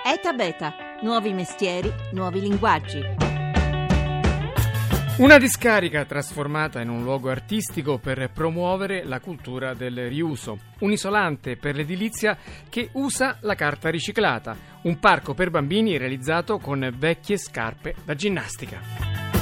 ETA Beta, nuovi mestieri, nuovi linguaggi. Una discarica trasformata in un luogo artistico per promuovere la cultura del riuso. Un isolante per l'edilizia che usa la carta riciclata. Un parco per bambini realizzato con vecchie scarpe da ginnastica.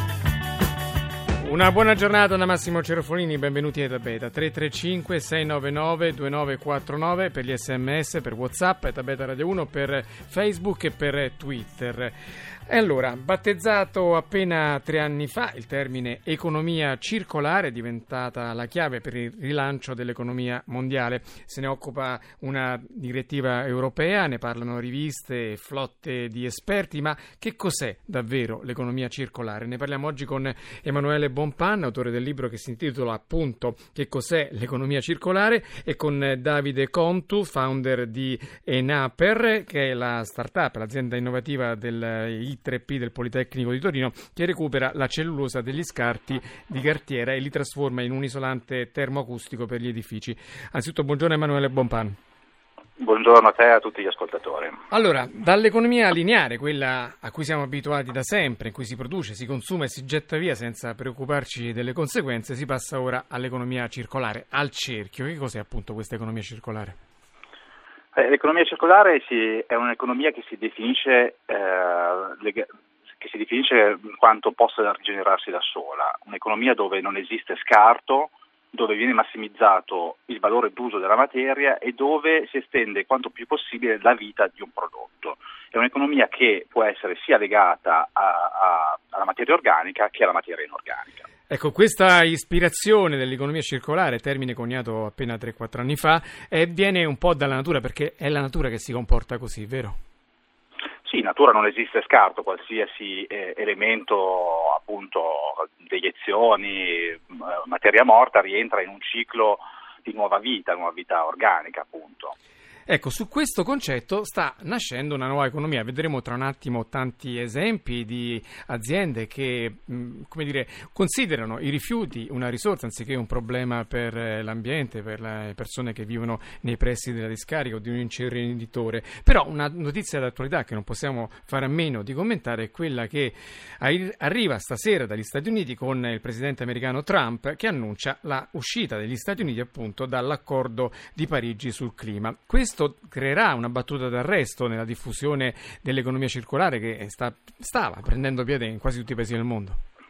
Una buona giornata da Massimo Cerofolini, benvenuti a ETA Beta. 335 699 2949 per gli sms, per WhatsApp, ETA Beta Radio 1, per Facebook e per Twitter. E allora, battezzato appena 3 anni fa, il termine economia circolare è diventata la chiave per il rilancio dell'economia mondiale. Se ne occupa una direttiva europea, ne parlano riviste e flotte di esperti, ma che cos'è davvero l'economia circolare? Ne parliamo oggi con Emanuele Bonpan, autore del libro che si intitola appunto Che cos'è l'economia circolare, e con Davide Contu, founder di Enaper, che è la startup, l'azienda innovativa del I3P del Politecnico di Torino, che recupera la cellulosa degli scarti di cartiera e li trasforma in un isolante termoacustico per gli edifici. Anzitutto buongiorno Emanuele Bonpan. Buongiorno a te e a tutti gli ascoltatori. Allora, dall'economia lineare, quella a cui siamo abituati da sempre, in cui si produce, si consuma e si getta via senza preoccuparci delle conseguenze, si passa ora all'economia circolare, al cerchio. Che cos'è appunto questa economia circolare? L'economia circolare è un'economia che si definisce in quanto possa rigenerarsi da sola, un'economia dove non esiste scarto, dove viene massimizzato il valore d'uso della materia e dove si estende quanto più possibile la vita di un prodotto. È un'economia che può essere sia legata alla materia organica che alla materia inorganica. Ecco, questa ispirazione dell'economia circolare, termine coniato appena 3-4 anni fa, viene un po' dalla natura, perché è la natura che si comporta così, vero? Sì, in natura non esiste scarto, qualsiasi elemento, appunto, deiezioni, materia morta rientra in un ciclo di nuova vita organica, appunto. Ecco, su questo concetto sta nascendo una nuova economia. Vedremo tra un attimo tanti esempi di aziende che, considerano i rifiuti una risorsa anziché un problema per l'ambiente, per le persone che vivono nei pressi della discarica o di un inceneritore. Però una notizia d'attualità che non possiamo fare a meno di commentare è quella che arriva stasera dagli Stati Uniti con il presidente americano Trump, che annuncia la uscita degli Stati Uniti appunto dall'accordo di Parigi sul clima. Questo creerà una battuta d'arresto nella diffusione dell'economia circolare che stava prendendo piede in quasi tutti i paesi del mondo.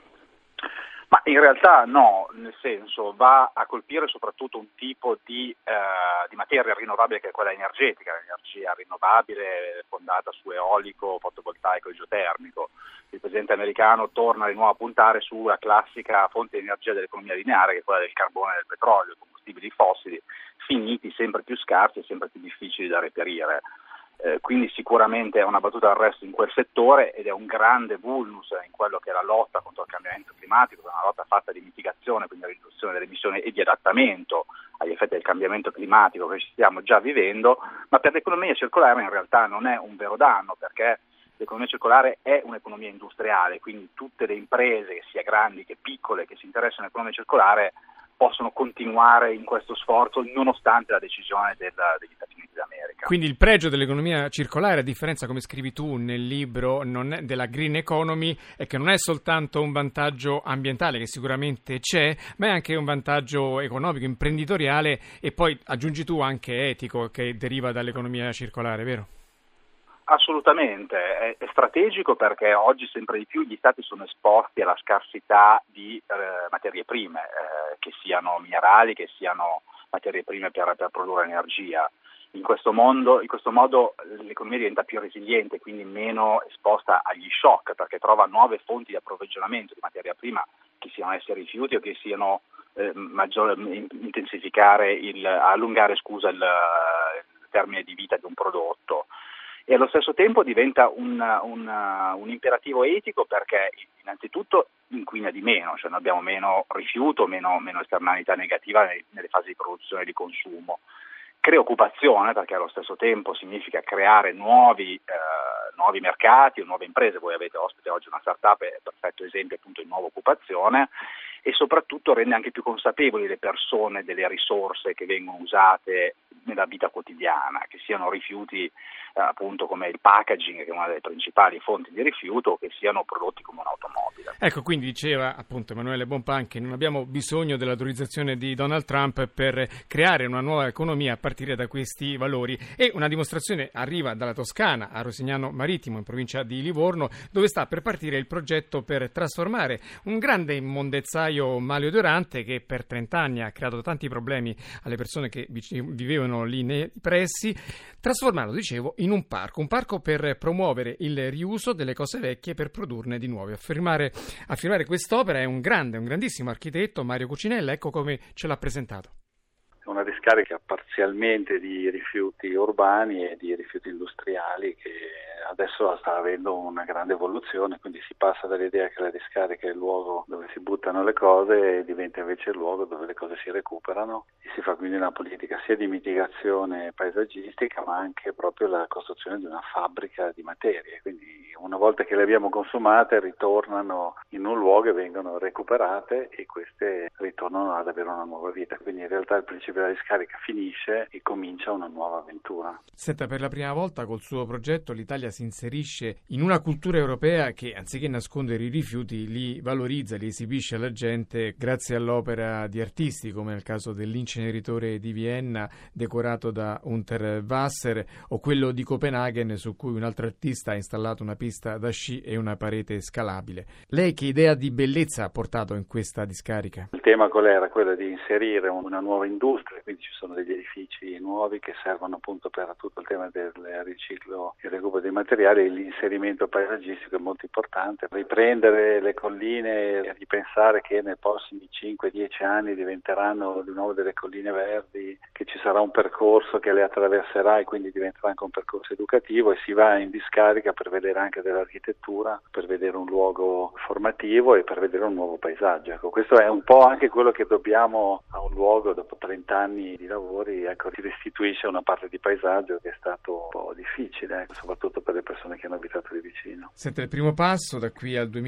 Ma in realtà no, nel senso va a colpire soprattutto un tipo di materia rinnovabile che è quella energetica, l'energia rinnovabile fondata su eolico, fotovoltaico e geotermico. Il presidente americano torna di nuovo a puntare sulla classica fonte di energia dell'economia lineare, che è quella del carbone e del petrolio, combustibili fossili finiti, sempre più scarsi e sempre più difficili da reperire. Quindi sicuramente è una battuta d'arresto in quel settore ed è un grande vulnus in quello che è la lotta contro il cambiamento climatico, una lotta fatta di mitigazione, quindi riduzione delle emissioni e di adattamento agli effetti del cambiamento climatico che stiamo già vivendo, ma per l'economia circolare in realtà non è un vero danno, perché l'economia circolare è un'economia industriale, quindi tutte le imprese, sia grandi che piccole, che si interessano all'economia circolare possono continuare in questo sforzo nonostante la decisione degli Stati Uniti d'America. Quindi il pregio dell'economia circolare, a differenza, come scrivi tu nel libro, della green economy, è che non è soltanto un vantaggio ambientale, che sicuramente c'è, ma è anche un vantaggio economico, imprenditoriale e poi, aggiungi tu, anche etico, che deriva dall'economia circolare, vero? Assolutamente, è strategico perché oggi sempre di più gli stati sono esposti alla scarsità di materie prime, che siano minerali, che siano materie prime per produrre energia. In questo modo l'economia diventa più resiliente, quindi meno esposta agli shock, perché trova nuove fonti di approvvigionamento di materia prima, che siano essi rifiuti o che siano allungare il termine di vita di un prodotto. E allo stesso tempo diventa un imperativo etico, perché innanzitutto inquina di meno, cioè noi abbiamo meno rifiuto, meno esternalità negativa nelle fasi di produzione e di consumo. Crea occupazione, perché allo stesso tempo significa creare nuovi mercati o nuove imprese. Voi avete ospite oggi una startup, è perfetto esempio appunto di nuova occupazione, e soprattutto rende anche più consapevoli le persone delle risorse che vengono usate nella vita quotidiana, che siano rifiuti appunto come il packaging, che è una delle principali fonti di rifiuto, o che siano prodotti come un'automobile. Ecco, quindi diceva appunto Emanuele Bonpan che non abbiamo bisogno dell'autorizzazione di Donald Trump per creare una nuova economia a partire da questi valori, e una dimostrazione arriva dalla Toscana, a Rosignano Marittimo, in provincia di Livorno, dove sta per partire il progetto per trasformare un grande immondezzaio maleodorante che per 30 anni ha creato tanti problemi alle persone che vivevano lì nei pressi, trasformarlo, dicevo, in un parco per promuovere il riuso delle cose vecchie per produrne di nuove. A firmare quest'opera è un grandissimo architetto, Mario Cucinella. Ecco come ce l'ha presentato. Una discarica parzialmente di rifiuti urbani e di rifiuti industriali che adesso sta avendo una grande evoluzione, quindi si passa dall'idea che la discarica è il luogo dove si buttano le cose e diventa invece il luogo dove le cose si recuperano, e si fa quindi una politica sia di mitigazione paesaggistica ma anche proprio la costruzione di una fabbrica di materie, quindi una volta che le abbiamo consumate ritornano in un luogo e vengono recuperate, e queste ritornano ad avere una nuova vita, quindi in realtà il principio della discarica finisce e comincia una nuova avventura. Senta, per la prima volta col suo progetto l'Italia si inserisce in una cultura europea che, anziché nascondere i rifiuti, li valorizza, li esibisce alla gente grazie all'opera di artisti, come nel caso dell'inceneritore di Vienna decorato da Unterwasser, o quello di Copenaghen su cui un altro artista ha installato una pista da sci e una parete scalabile. Lei che idea di bellezza ha portato in questa discarica? Il tema qual era? Quello di inserire una nuova industria, quindi ci sono degli edifici nuovi che servono appunto per tutto il tema del riciclo e recupero dei materiali, e l'inserimento paesaggistico è molto importante. Riprendere le colline e ripensare che nei prossimi 5-10 anni diventeranno di nuovo delle colline verdi, che ci sarà un percorso che le attraverserà e quindi diventerà anche un percorso educativo, e si va in discarica per vedere anche dell'architettura, per vedere un luogo formativo e per vedere un nuovo paesaggio. Ecco, questo è un po' anche quello che dobbiamo a un luogo dopo 30 anni di lavori, ecco, si restituisce una parte di paesaggio che è stato un po' difficile, soprattutto per le persone che hanno abitato lì vicino. Senta, il primo passo da qui al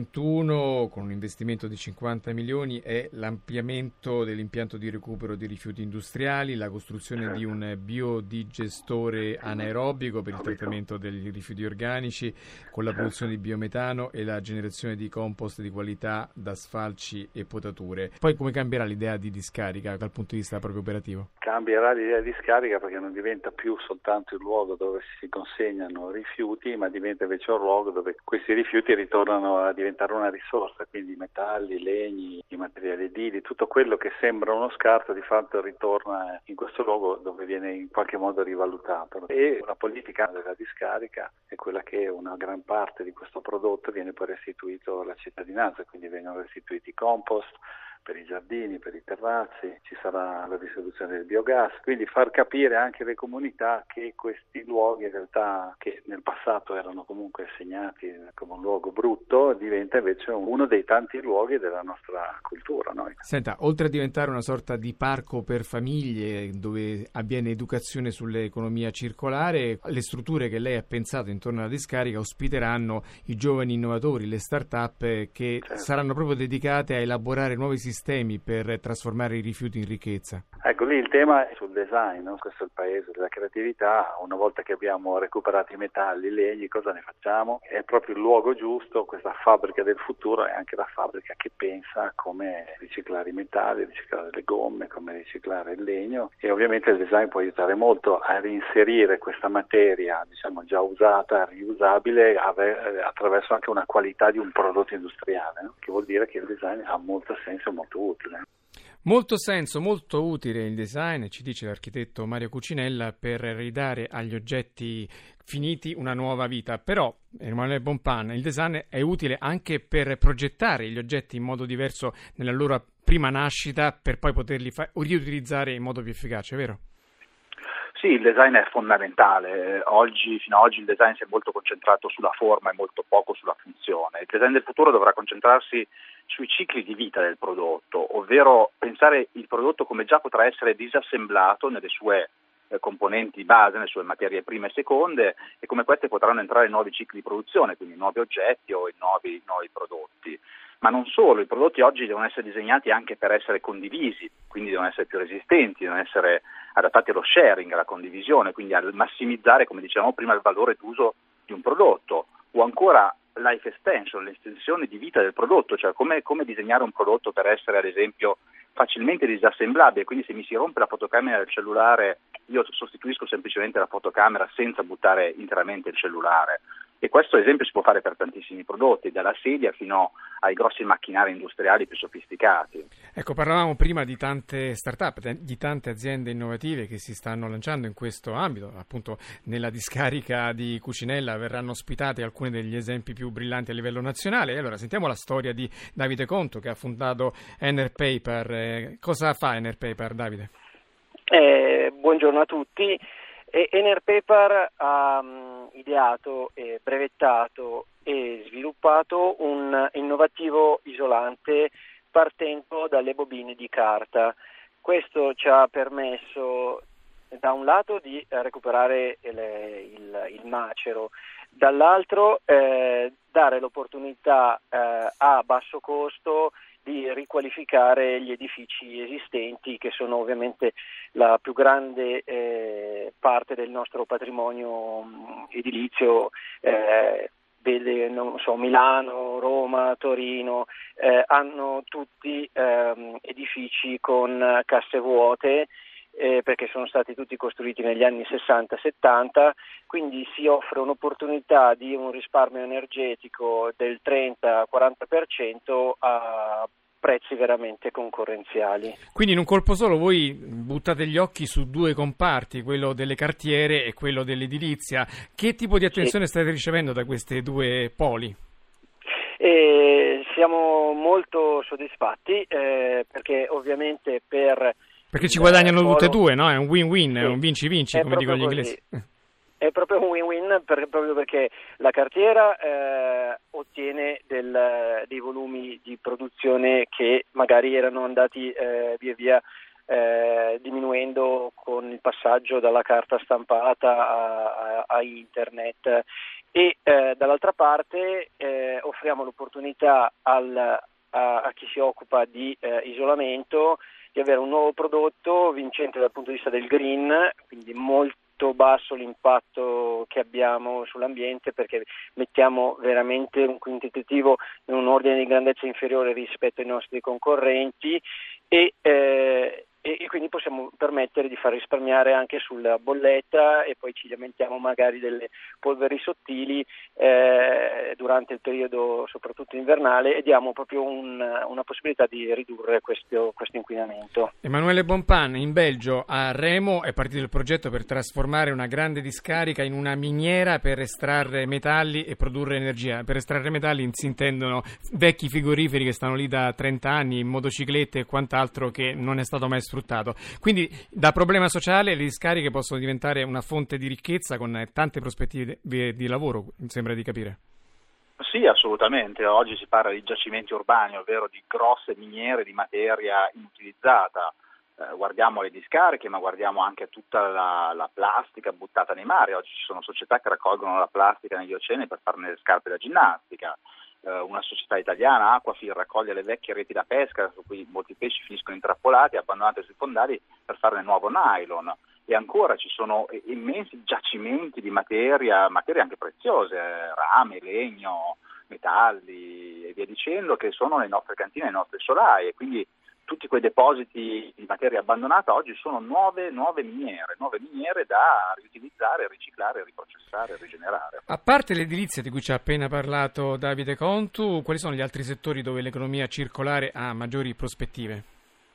2021, con un investimento di 50 milioni, è l'ampliamento dell'impianto di recupero di rifiuti industriali, la costruzione di un biodigestore anaerobico per il trattamento degli rifiuti organici, con la produzione di biometano e la generazione di compost di qualità da sfalci e potature. Poi come cambierà l'idea di discarica dal punto di vista proprio operativo? Cambierà l'idea di discarica perché non diventa più soltanto il luogo dove si consegnano rifiuti, ma diventa invece un luogo dove questi rifiuti ritornano a diventare una risorsa, quindi metalli, legni, i materiali edili, tutto quello che sembra uno scarto di fatto ritorna in questo luogo dove viene in qualche modo rivalutato. E la politica della discarica è quella che una gran parte di questo prodotto viene poi restituito alla cittadinanza, quindi vengono restituiti i compost per i giardini, per i terrazzi, ci sarà la distribuzione del biogas, quindi far capire anche alle comunità che questi luoghi in realtà, che nel passato erano comunque segnati come un luogo brutto, diventa invece uno dei tanti luoghi della nostra cultura. No? Senta, oltre a diventare una sorta di parco per famiglie dove avviene educazione sull'economia circolare, le strutture che lei ha pensato intorno alla discarica ospiteranno i giovani innovatori, le start-up che saranno proprio dedicate a elaborare nuovi sistemi per trasformare i rifiuti in ricchezza. Ecco, lì il tema è sul design, no? Questo è il paese della creatività. Una volta che abbiamo recuperato i metalli, i legni, cosa ne facciamo? È proprio il luogo giusto, questa fabbrica del futuro è anche la fabbrica che pensa come riciclare i metalli, riciclare le gomme, come riciclare il legno, e ovviamente il design può aiutare molto a reinserire questa materia, diciamo già usata, riusabile, attraverso anche una qualità di un prodotto industriale, no? Che vuol dire che il design ha molto senso, molto utile. Molto senso, molto utile il design, ci dice l'architetto Mario Cucinella, per ridare agli oggetti finiti una nuova vita. Però, Emanuele Bonpan, il design è utile anche per progettare gli oggetti in modo diverso nella loro prima nascita, per poi poterli riutilizzare in modo più efficace, vero? Sì, il design è fondamentale. Fino ad oggi il design si è molto concentrato sulla forma e molto poco sulla funzione. Il design del futuro dovrà concentrarsi sui cicli di vita del prodotto, ovvero pensare il prodotto come già potrà essere disassemblato nelle sue componenti base, nelle sue materie prime e seconde, e come queste potranno entrare in nuovi cicli di produzione, quindi nuovi oggetti o in nuovi prodotti. ma non solo, i prodotti oggi devono essere disegnati anche per essere condivisi, quindi devono essere più resistenti, devono essere adattati allo sharing, alla condivisione, quindi al massimizzare, come dicevamo prima, il valore d'uso di un prodotto, o ancora life extension, l'estensione di vita del prodotto, cioè come disegnare un prodotto per essere ad esempio facilmente disassemblabile, quindi se mi si rompe la fotocamera del cellulare io sostituisco semplicemente la fotocamera senza buttare interamente il cellulare. E questo ad esempio si può fare per tantissimi prodotti, dalla sedia fino ai grossi macchinari industriali più sofisticati. Ecco, parlavamo prima di tante start-up, di tante aziende innovative che si stanno lanciando in questo ambito. Appunto nella discarica di Cucinella verranno ospitati alcuni degli esempi più brillanti a livello nazionale. E allora sentiamo la storia di Davide Conto, che ha fondato Enerpaper. Cosa fa Enerpaper, Davide? Buongiorno a tutti. Enerpaper ha ideato, brevettato e sviluppato un innovativo isolante partendo dalle bobine di carta. Questo ci ha permesso da un lato di recuperare il macero, dall'altro dare l'opportunità a basso costo di riqualificare gli edifici esistenti, che sono ovviamente la più grande parte del nostro patrimonio edilizio. Vede, non so, Milano, Roma, Torino, hanno tutti edifici con casse vuote, perché sono stati tutti costruiti negli anni 60-70, quindi si offre un'opportunità di un risparmio energetico del 30-40% a prezzi veramente concorrenziali. Quindi in un colpo solo voi buttate gli occhi su due comparti, quello delle cartiere e quello dell'edilizia. Che tipo di attenzione state ricevendo da questi due poli? Siamo molto soddisfatti perché ovviamente perché ci guadagnano tutte e due, no? È un win-win, è un vinci-vinci, come dicono gli inglesi. È proprio un win-win proprio perché la cartiera ottiene dei volumi di produzione che magari erano andati via via diminuendo con il passaggio dalla carta stampata a internet, e dall'altra parte offriamo l'opportunità a chi si occupa di isolamento di avere un nuovo prodotto vincente dal punto di vista del green, quindi molto basso l'impatto che abbiamo sull'ambiente, perché mettiamo veramente un quintitativo in un ordine di grandezza inferiore rispetto ai nostri concorrenti, e quindi possiamo permettere di far risparmiare anche sulla bolletta, e poi ci lamentiamo magari delle polveri sottili durante il periodo soprattutto invernale, e diamo proprio una possibilità di ridurre questo inquinamento. Emanuele Bonpan, in Belgio, a Remo, è partito il progetto per trasformare una grande discarica in una miniera per estrarre metalli e produrre energia. Per estrarre metalli si intendono vecchi frigoriferi che stanno lì da 30 anni, motociclette e quant'altro che non è stato mai sfruttato. Quindi da problema sociale le discariche possono diventare una fonte di ricchezza con tante prospettive di lavoro, mi sembra di capire. Sì, assolutamente. Oggi si parla di giacimenti urbani, ovvero di grosse miniere di materia inutilizzata. Guardiamo le discariche, ma guardiamo anche tutta la plastica buttata nei mari. Oggi ci sono società che raccolgono la plastica negli oceani per farne le scarpe da ginnastica. Una società italiana, Aquafil, raccoglie le vecchie reti da pesca su cui molti pesci finiscono intrappolati, abbandonate sui fondali, per farne nuovo nylon. E ancora ci sono immensi giacimenti di materia anche preziose, rame, legno, metalli e via dicendo, che sono le nostre cantine, le nostre solaie. Quindi tutti quei depositi di materia abbandonata oggi sono nuove miniere da riutilizzare, riciclare, riprocessare, rigenerare. A parte l'edilizia di cui ci ha appena parlato Davide Contu, quali sono gli altri settori dove l'economia circolare ha maggiori prospettive?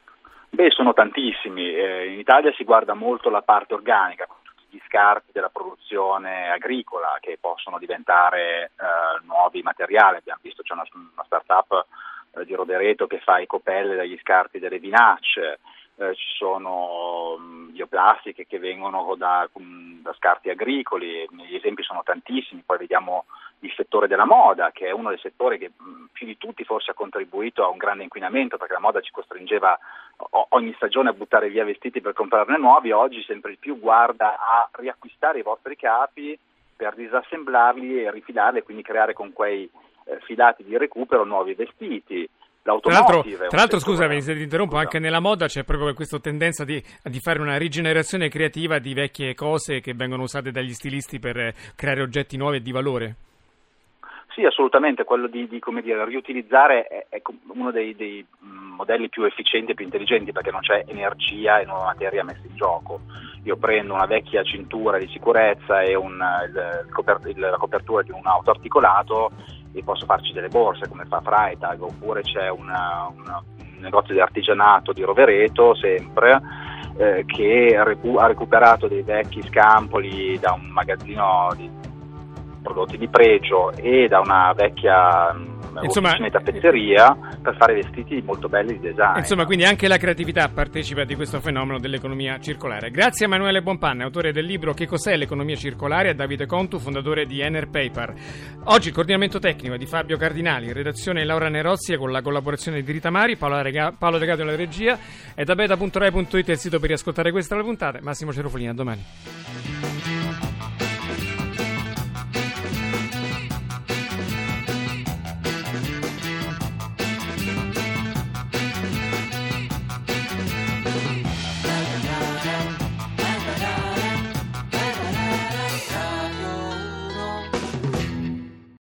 Sono tantissimi. In Italia si guarda molto la parte organica, gli scarti della produzione agricola che possono diventare nuovi materiali. Abbiamo visto c'è una startup di Rodereto che fa ecopelle dagli scarti delle vinacce, ci sono bioplastiche che vengono da scarti agricoli, gli esempi sono tantissimi. Poi vediamo il settore della moda, che è uno dei settori che più di tutti forse ha contribuito a un grande inquinamento, perché la moda ci costringeva ogni stagione a buttare via vestiti per comprarne nuovi. Oggi sempre di più guarda a riacquistare i vostri capi per disassemblarli e rifilarli, e quindi creare con quei filati di recupero, nuovi vestiti. Tra l'altro, scusami se ti interrompo, anche nella moda c'è proprio questa tendenza di fare una rigenerazione creativa di vecchie cose che vengono usate dagli stilisti per creare oggetti nuovi e di valore. Sì, assolutamente, quello di riutilizzare è uno dei modelli più efficienti e più intelligenti, perché non c'è energia e nuova materia messa in gioco. Io prendo una vecchia cintura di sicurezza e la copertura di un auto articolato e posso farci delle borse come fa Freitag, oppure c'è un negozio di artigianato di Rovereto sempre che ha recuperato dei vecchi scampoli da un magazzino di prodotti di pregio e da una vecchia tappezzeria per fare vestiti molto belli di design. Insomma, quindi anche la creatività partecipa di questo fenomeno dell'economia circolare. Grazie a Emanuele Bonpanne, autore del libro Che cos'è l'economia circolare, e a Davide Contu, fondatore di Enerpaper. Oggi il coordinamento tecnico è di Fabio Cardinali, redazione Laura Nerozzi con la collaborazione di Rita Mari, Paolo Regato nella regia, e da beta.rai.it il sito per riascoltare questa la puntata. Massimo Cerofolini, a domani.